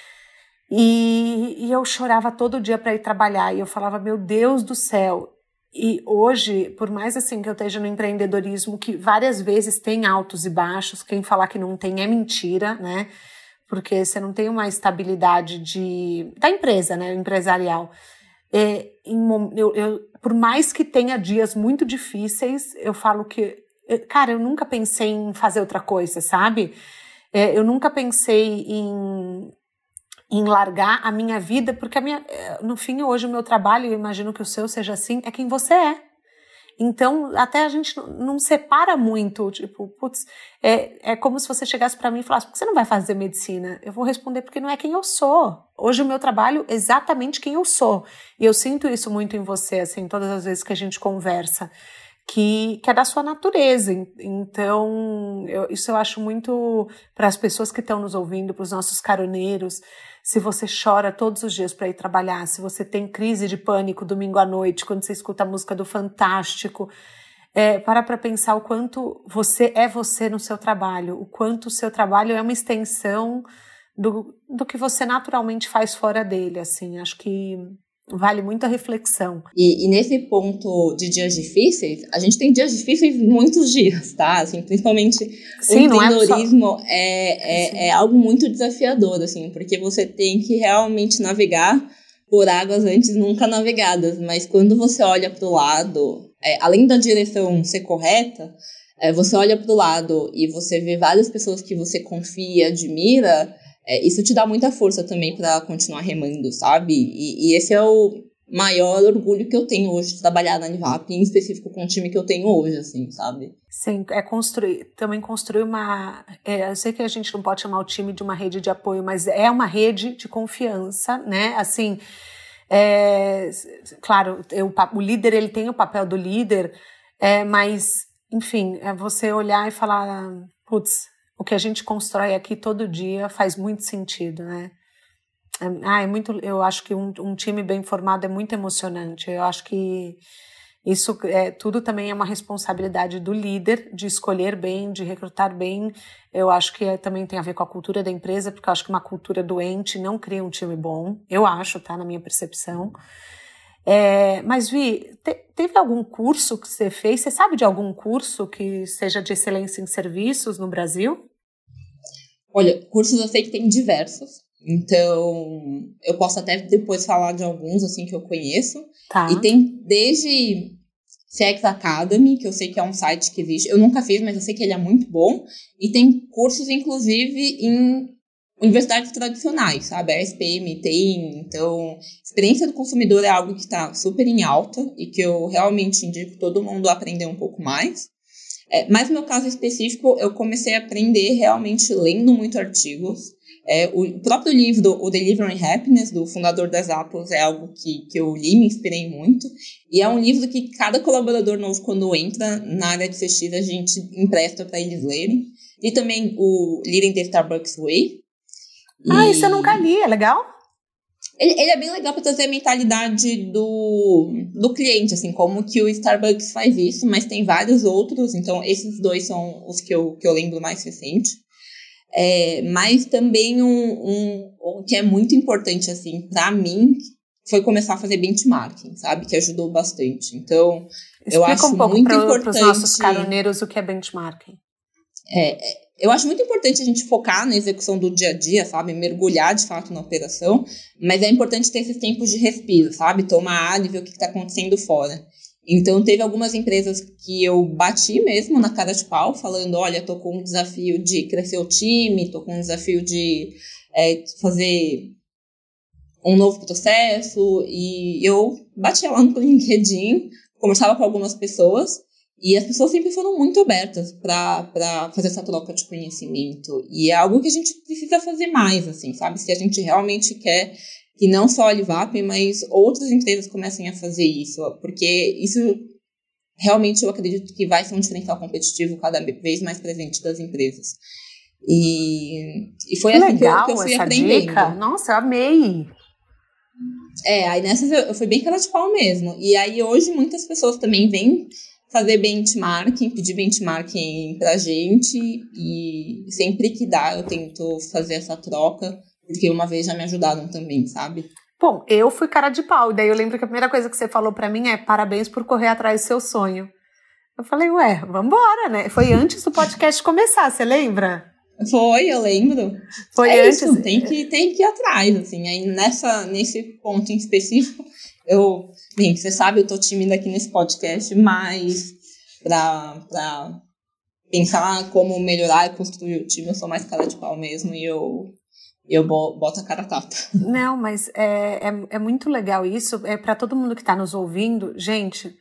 E, e eu chorava todo dia para ir trabalhar, e eu falava, meu Deus do céu. E hoje, por mais assim que eu esteja no empreendedorismo, que várias vezes tem altos e baixos, quem falar que não tem é mentira, né? Porque você não tem uma estabilidade de, da empresa, né? Empresarial. É, em, eu, eu, por mais que tenha dias muito difíceis, eu falo que, cara, eu nunca pensei em fazer outra coisa, sabe? É, eu nunca pensei em, em largar a minha vida, porque a minha, no fim, hoje o meu trabalho, eu imagino que o seu seja assim, é quem você é. Então, até a gente não, não separa muito, tipo, putz, é, é como se você chegasse para mim e falasse, por que você não vai fazer medicina? Eu vou responder, porque não é quem eu sou. Hoje o meu trabalho é exatamente quem eu sou. E eu sinto isso muito em você, assim, todas as vezes que a gente conversa, que, que é da sua natureza. Então, eu, isso eu acho muito para as pessoas que estão nos ouvindo, para os nossos caroneiros. Se você chora todos os dias para ir trabalhar, se você tem crise de pânico domingo à noite, quando você escuta a música do Fantástico, é, para para pensar o quanto você é você no seu trabalho, o quanto o seu trabalho é uma extensão do, do que você naturalmente faz fora dele, assim, acho que vale muito a reflexão. E, e nesse ponto de dias difíceis, a gente tem dias difíceis muitos dias, tá? Assim, principalmente Sim, o empreendedorismo é, só... é, é, é algo muito desafiador, assim, porque você tem que realmente navegar por águas antes nunca navegadas. Mas quando você olha para o lado, é, além da direção ser correta, é, você olha para o lado e você vê várias pessoas que você confia, admira... É, isso te dá muita força também para continuar remando, sabe? E, e esse é o maior orgulho que eu tenho hoje de trabalhar na Univap, em específico com o time que eu tenho hoje, assim, sabe? Sim, é construir, também construir uma... É, eu sei que a gente não pode chamar o time de uma rede de apoio, mas é uma rede de confiança, né? Assim, é, claro, eu, o líder, ele tem o papel do líder, é, mas, enfim, é você olhar e falar, putz, o que a gente constrói aqui todo dia faz muito sentido, né? Ah, é muito, eu acho que um, um time bem formado é muito emocionante. Eu acho que isso é, tudo também é uma responsabilidade do líder de escolher bem, de recrutar bem. Eu acho que é, também tem a ver com a cultura da empresa, porque eu acho que uma cultura doente não cria um time bom. Eu acho, tá? Na minha percepção. É, mas, Vi, te, teve algum curso que você fez? Você sabe de algum curso que seja de excelência em serviços no Brasil? Olha, cursos eu sei que tem diversos. Então, eu posso até depois falar de alguns, assim, que eu conheço. Tá. E tem desde C X Academy, que eu sei que é um site que existe. Eu nunca fiz, mas eu sei que ele é muito bom. E tem cursos, inclusive, em universidades tradicionais, sabe? A S P M tem. Então, experiência do consumidor é algo que está super em alta e que eu realmente indico todo mundo a aprender um pouco mais. É, mas no meu caso específico, eu comecei a aprender realmente lendo muito artigos. É, o próprio livro, o Delivering Happiness, do fundador das Apples, é algo que, que eu li, me inspirei muito. E é um livro que cada colaborador novo, quando entra na área de C X, a gente empresta para eles lerem. E também o Leading the Starbucks Way. Ah, e... isso eu nunca li, é legal? Ele, ele é bem legal para trazer a mentalidade do, do cliente, assim, como que o Starbucks faz isso, mas tem vários outros. Então, esses dois são os que eu, que eu lembro mais recente. É, mas também um, um, um que é muito importante, assim, para mim, foi começar a fazer benchmarking, sabe? Que ajudou bastante. Então, Explica eu acho um pouco muito pra, importante... para os nossos caroneiros o que é benchmarking. É, eu acho muito importante a gente focar na execução do dia a dia, sabe? Mergulhar, de fato, na operação. Mas é importante ter esses tempos de respiro, sabe? Tomar ar e ver o que está acontecendo fora. Então, teve algumas empresas que eu bati mesmo na cara de pau, falando, olha, tô com um desafio de crescer o time, tô com um desafio de é, fazer um novo processo, e eu batia lá no LinkedIn, conversava com algumas pessoas, e as pessoas sempre foram muito abertas para fazer essa troca de conhecimento, e é algo que a gente precisa fazer mais, assim, sabe? Se a gente realmente quer que não só a Livap, mas outras empresas comecem a fazer isso, porque isso realmente eu acredito que vai ser um diferencial competitivo cada vez mais presente das empresas. E, e foi que assim legal, que eu, que eu fui essa aprendendo. Dica. Nossa, eu amei! É, aí nessas eu, eu fui bem cara de pau mesmo. E aí hoje muitas pessoas também vêm fazer benchmarking, pedir benchmarking pra gente, e sempre que dá eu tento fazer essa troca, porque uma vez já me ajudaram também, sabe? Bom, eu fui cara de pau, e daí eu lembro que a primeira coisa que você falou pra mim é parabéns por correr atrás do seu sonho. Eu falei, ué, vambora, né? Foi antes do podcast começar, você lembra? Foi, eu lembro. Foi é antes. Isso, tem que, tem que ir atrás, assim. Aí nessa, nesse ponto em específico, eu, bem, você sabe, eu tô tímida aqui nesse podcast, mas pra, pra pensar como melhorar e construir o time, eu sou mais cara de pau mesmo, e eu... eu boto a cara a tapa. Não, mas é, é, é muito legal isso. É para todo mundo que está nos ouvindo. Gente,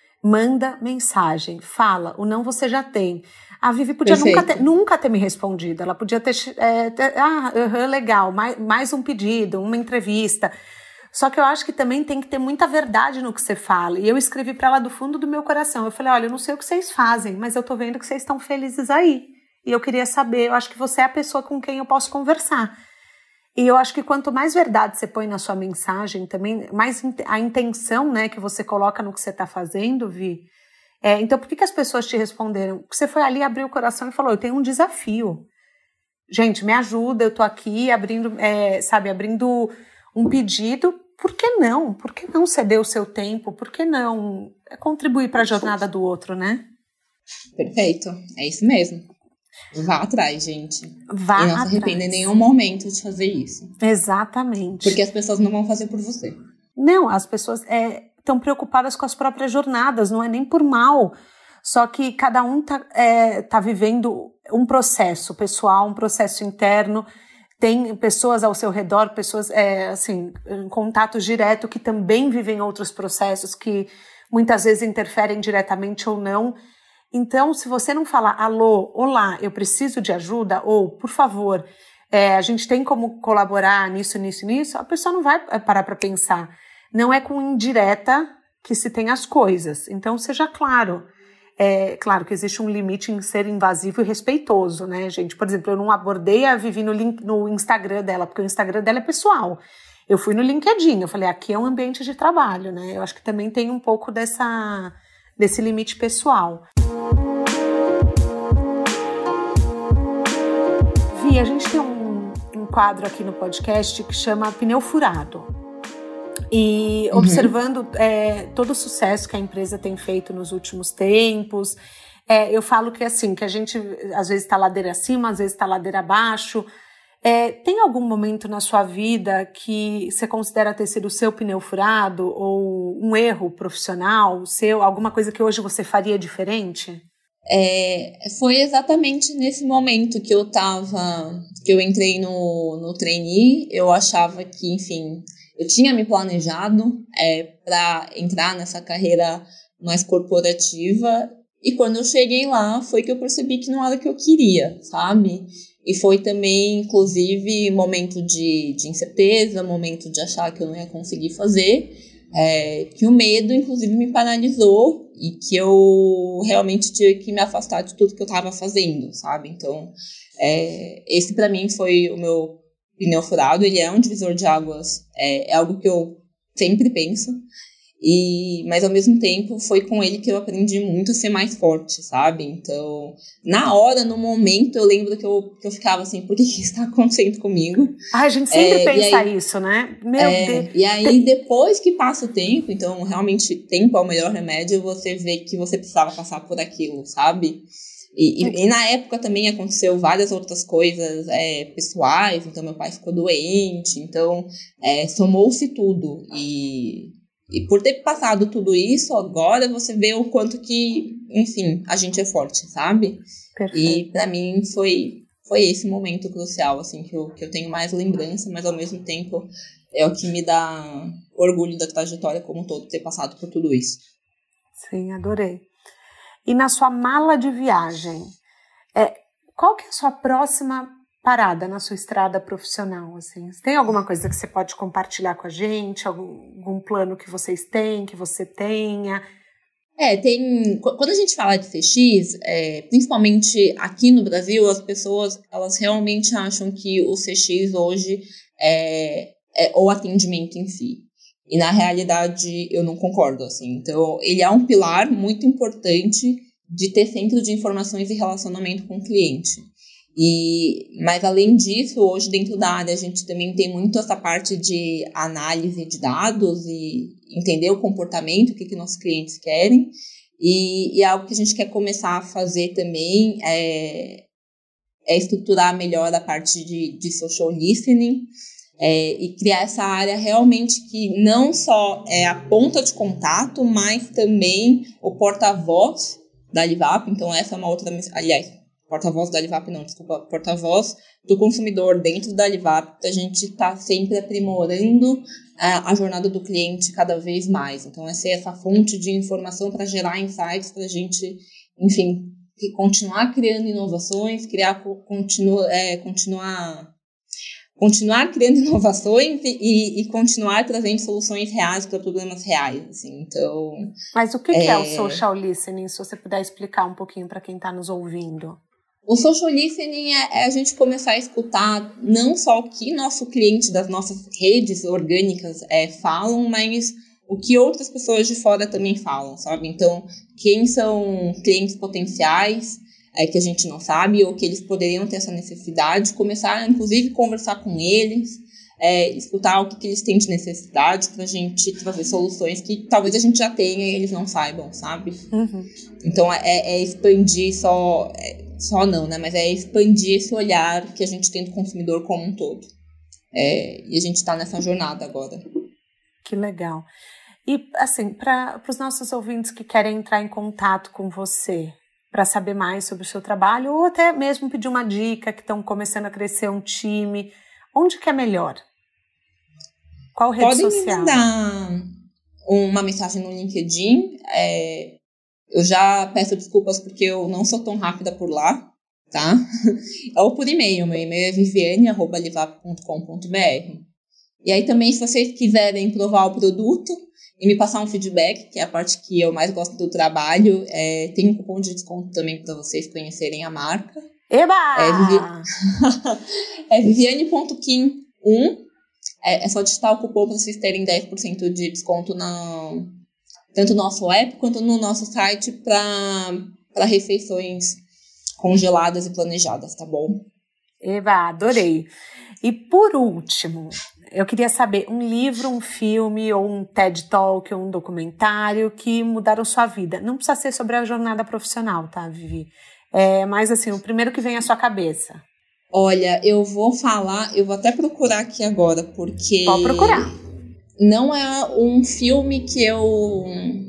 manda mensagem, fala. O não você já tem. A Vivi podia nunca ter, nunca ter me respondido. Ela podia ter... É, ter ah, uhum, legal, mais, mais um pedido, uma entrevista. Só que eu acho que também tem que ter muita verdade no que você fala. E eu escrevi para ela do fundo do meu coração. Eu falei, olha, eu não sei o que vocês fazem, mas eu tô vendo que vocês estão felizes aí. E eu queria saber, eu acho que você é a pessoa com quem eu posso conversar. E eu acho que quanto mais verdade você põe na sua mensagem também, mais a intenção, né, que você coloca no que você está fazendo, Vi. É, então, por que, que as pessoas te responderam? Porque você foi ali, abriu o coração e falou, eu tenho um desafio. Gente, me ajuda, eu tô aqui abrindo, é, sabe, abrindo um pedido. Por que não? Por que não ceder o seu tempo? Por que não contribuir para a jornada do outro, né? Perfeito, é isso mesmo. Vá atrás, gente. Vá e não se arrependa em nenhum momento de fazer isso. Exatamente. Porque as pessoas não vão fazer por você. Não, as pessoas estão é, preocupadas com as próprias jornadas, não é nem por mal. Só que cada um está é, tá vivendo um processo pessoal, um processo interno. Tem pessoas ao seu redor, pessoas é, assim, em contato direto que também vivem outros processos que muitas vezes interferem diretamente ou não. Então, se você não falar, alô, olá, eu preciso de ajuda, ou, por favor, é, a gente tem como colaborar nisso, nisso, nisso, a pessoa não vai parar para pensar. Não é com indireta que se tem as coisas. Então, seja claro. É claro que existe um limite em ser invasivo e respeitoso, né, gente? Por exemplo, eu não abordei a Vivi no, link, no Instagram dela, porque o Instagram dela é pessoal. Eu fui no LinkedIn, eu falei, aqui é um ambiente de trabalho, né? Eu acho que também tem um pouco dessa, desse limite pessoal. Vi, a gente tem um, um quadro aqui no podcast que chama Pneu Furado. E uhum. observando é, todo o sucesso que a empresa tem feito nos últimos tempos, é, eu falo que assim, que a gente às vezes está ladeira acima, às vezes está ladeira abaixo. É, tem algum momento na sua vida que você considera ter sido o seu pneu furado ou um erro profissional seu, alguma coisa que hoje você faria diferente? É, foi exatamente nesse momento que eu tava, que eu entrei no, no trainee. Eu achava que, enfim, eu tinha me planejado é, para entrar nessa carreira mais corporativa, e quando eu cheguei lá foi que eu percebi que não era o que eu queria, sabe? E foi também, inclusive, momento de, de incerteza, momento de achar que eu não ia conseguir fazer, é, que o medo, inclusive, me paralisou e que eu realmente tive que me afastar de tudo que eu estava fazendo, sabe? Então, é, esse para mim foi o meu pneu furado. Ele é um divisor de águas, é, é algo que eu sempre penso. E, mas ao mesmo tempo foi com ele que eu aprendi muito a ser mais forte, sabe? Então, na hora, no momento, eu lembro que eu, que eu ficava assim, por que isso está acontecendo comigo? Ah, a gente sempre é, pensa aí, isso, né? Meu é, Deus. E aí, depois que passa o tempo, então realmente tempo é o melhor remédio, você vê que você precisava passar por aquilo, sabe? E, e, e na época também aconteceu várias outras coisas é, pessoais, então meu pai ficou doente, então é, somou-se tudo. E... E por ter passado tudo isso, agora você vê o quanto que, enfim, a gente é forte, sabe? Perfeito. E pra mim foi, foi esse momento crucial, assim, que eu, que eu tenho mais lembrança, mas ao mesmo tempo é o que me dá orgulho da trajetória como um todo, ter passado por tudo isso. Sim, adorei. E na sua mala de viagem, é, qual que é a sua próxima parada na sua estrada profissional, assim? Tem alguma coisa que você pode compartilhar com a gente? Algum, algum plano que vocês têm, que você tenha? É, tem... Quando a gente fala de C X, é, principalmente aqui no Brasil, as pessoas, elas realmente acham que o C X hoje é, é o atendimento em si. E na realidade, eu não concordo, assim. Então, ele é um pilar muito importante de ter centro de informações e relacionamento com o cliente. E, mas além disso, hoje dentro da área a gente também tem muito essa parte de análise de dados e entender o comportamento, o que, que nossos clientes querem, e, e algo que a gente quer começar a fazer também é, é estruturar melhor a parte de, de social listening, é, e criar essa área realmente que não só é a ponta de contato, mas também o porta-voz da Livap. Então essa é uma outra, aliás, porta-voz da Livap não, desculpa, porta-voz do consumidor dentro da Livap, a gente está sempre aprimorando a, a jornada do cliente cada vez mais. Então, essa é essa fonte de informação para gerar insights, para a gente, enfim, continuar criando inovações, criar, continua, é, continuar, continuar criando inovações e, e continuar trazendo soluções reais para problemas reais. Assim. Então, mas o que é, que é o social listening, se você puder explicar um pouquinho para quem está nos ouvindo? O social listening é, é a gente começar a escutar não só o que nosso cliente das nossas redes orgânicas é, falam, mas o que outras pessoas de fora também falam, sabe? Então, quem são clientes potenciais é, que a gente não sabe ou que eles poderiam ter essa necessidade, começar, inclusive, conversar com eles, é, escutar o que, que eles têm de necessidade para a gente trazer soluções que talvez a gente já tenha e eles não saibam, sabe? Uhum. Então, é, é expandir só... É, só não, né? Mas é expandir esse olhar que a gente tem do consumidor como um todo. É, e a gente está nessa jornada agora. Que legal. E, assim, para os nossos ouvintes que querem entrar em contato com você, para saber mais sobre o seu trabalho, ou até mesmo pedir uma dica, que estão começando a crescer um time, onde que é melhor? Qual rede Podem social? Podem me mandar uma mensagem no LinkedIn. É, eu já peço desculpas porque eu não sou tão rápida por lá, tá? Ou por e-mail. Meu e-mail é viviane arroba livap ponto com ponto b r. E aí também, se vocês quiserem provar o produto e me passar um feedback, que é a parte que eu mais gosto do trabalho, é, tem um cupom de desconto também para vocês conhecerem a marca. Eba! É, Vivi... é viviane ponto kim um. É, é só digitar o cupom para vocês terem dez por cento de desconto na... tanto no nosso app quanto no nosso site para refeições congeladas e planejadas, tá bom? Eba, adorei. E por último, eu queria saber um livro, um filme, ou um TED Talk, ou um documentário que mudaram sua vida. Não precisa ser sobre a jornada profissional, tá, Vivi? É, mas assim, o primeiro que vem à sua cabeça. Olha, eu vou falar, eu vou até procurar aqui agora, porque... Pode procurar. Não é um filme que eu...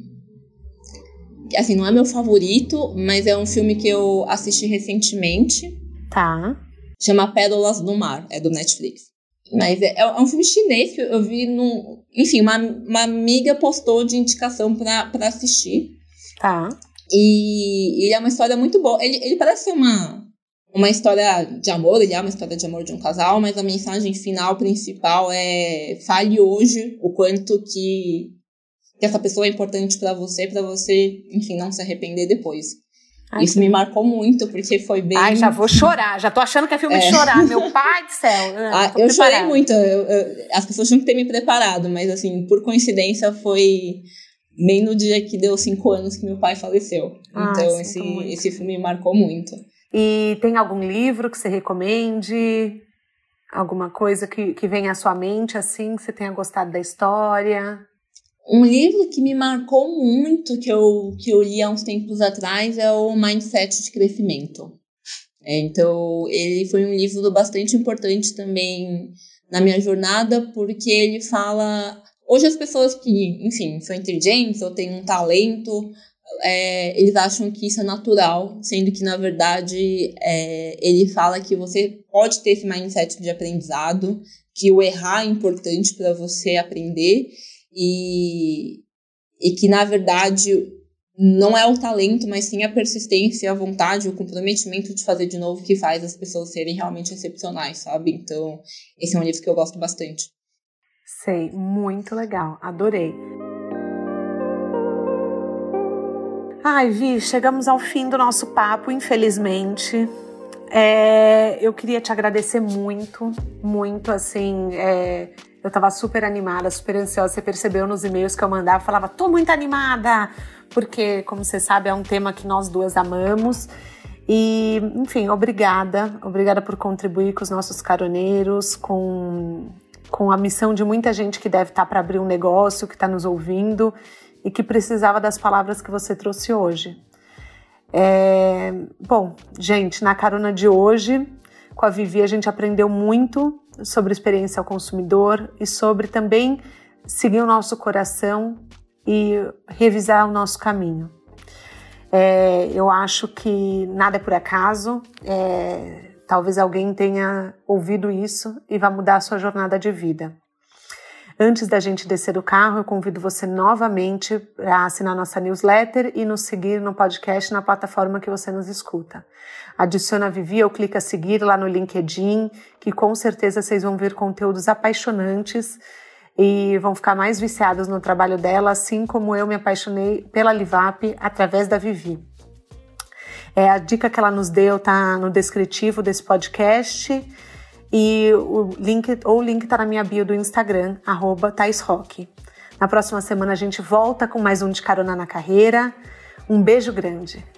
Assim, não é meu favorito, mas é um filme que eu assisti recentemente. Tá. Chama Pérolas do Mar, é do Netflix. Mas é, é um filme chinês que eu vi no... Enfim, uma, uma amiga postou de indicação pra, pra assistir. Tá. E ele é uma história muito boa. Ele, ele parece ser uma... Uma história de amor, ele é uma história de amor de um casal, mas a mensagem final principal é: fale hoje o quanto que, que essa pessoa é importante pra você, pra você, enfim, não se arrepender depois. Ai, Isso que... me marcou muito, porque foi bem... Ai, já vou chorar, já tô achando que é filme é. de chorar, meu pai do céu. Ah, eu chorei muito, eu, eu, as pessoas tinham que ter me preparado, mas assim, por coincidência foi bem no dia que deu cinco anos que meu pai faleceu. Ai, então esse, esse filme me marcou muito. E tem algum livro que você recomende? Alguma coisa que, que venha à sua mente, assim, que você tenha gostado da história? Um livro que me marcou muito, que eu, que eu li há uns tempos atrás, é o Mindset de Crescimento. É, então, ele foi um livro bastante importante também na minha jornada, porque ele fala... Hoje as pessoas que, enfim, são inteligentes ou têm um talento... É, eles acham que isso é natural, sendo que, na verdade, é, ele fala que você pode ter esse mindset de aprendizado, que o errar é importante para você aprender e, e que, na verdade, não é o talento, mas sim a persistência, a vontade, o comprometimento de fazer de novo que faz as pessoas serem realmente excepcionais, sabe? Então, esse é um livro que eu gosto bastante. Sei, muito legal, adorei. Ai, Vi, chegamos ao fim do nosso papo, infelizmente. É, eu queria te agradecer muito, muito, assim, é, eu tava super animada, super ansiosa, você percebeu nos e-mails que eu mandava, eu falava, tô muito animada, porque, como você sabe, é um tema que nós duas amamos. E, enfim, obrigada, obrigada por contribuir com os nossos caroneiros, com, com a missão de muita gente que deve estar para abrir um negócio, que está nos ouvindo, e que precisava das palavras que você trouxe hoje. É... Bom, gente, na carona de hoje, com a Vivi, a gente aprendeu muito sobre experiência ao consumidor e sobre também seguir o nosso coração e revisar o nosso caminho. É... Eu acho que nada é por acaso, é... talvez alguém tenha ouvido isso e vá mudar a sua jornada de vida. Antes da gente descer do carro, eu convido você novamente a assinar nossa newsletter e nos seguir no podcast na plataforma que você nos escuta. Adiciona a Vivi ou clica seguir lá no LinkedIn, que com certeza vocês vão ver conteúdos apaixonantes e vão ficar mais viciados no trabalho dela, assim como eu me apaixonei pela Livap através da Vivi. É, a dica que ela nos deu está no descritivo desse podcast. E o link, ou o link está na minha bio do Instagram, arroba Thais Roque. Na próxima semana a gente volta com mais um De Carona na Carreira. Um beijo grande.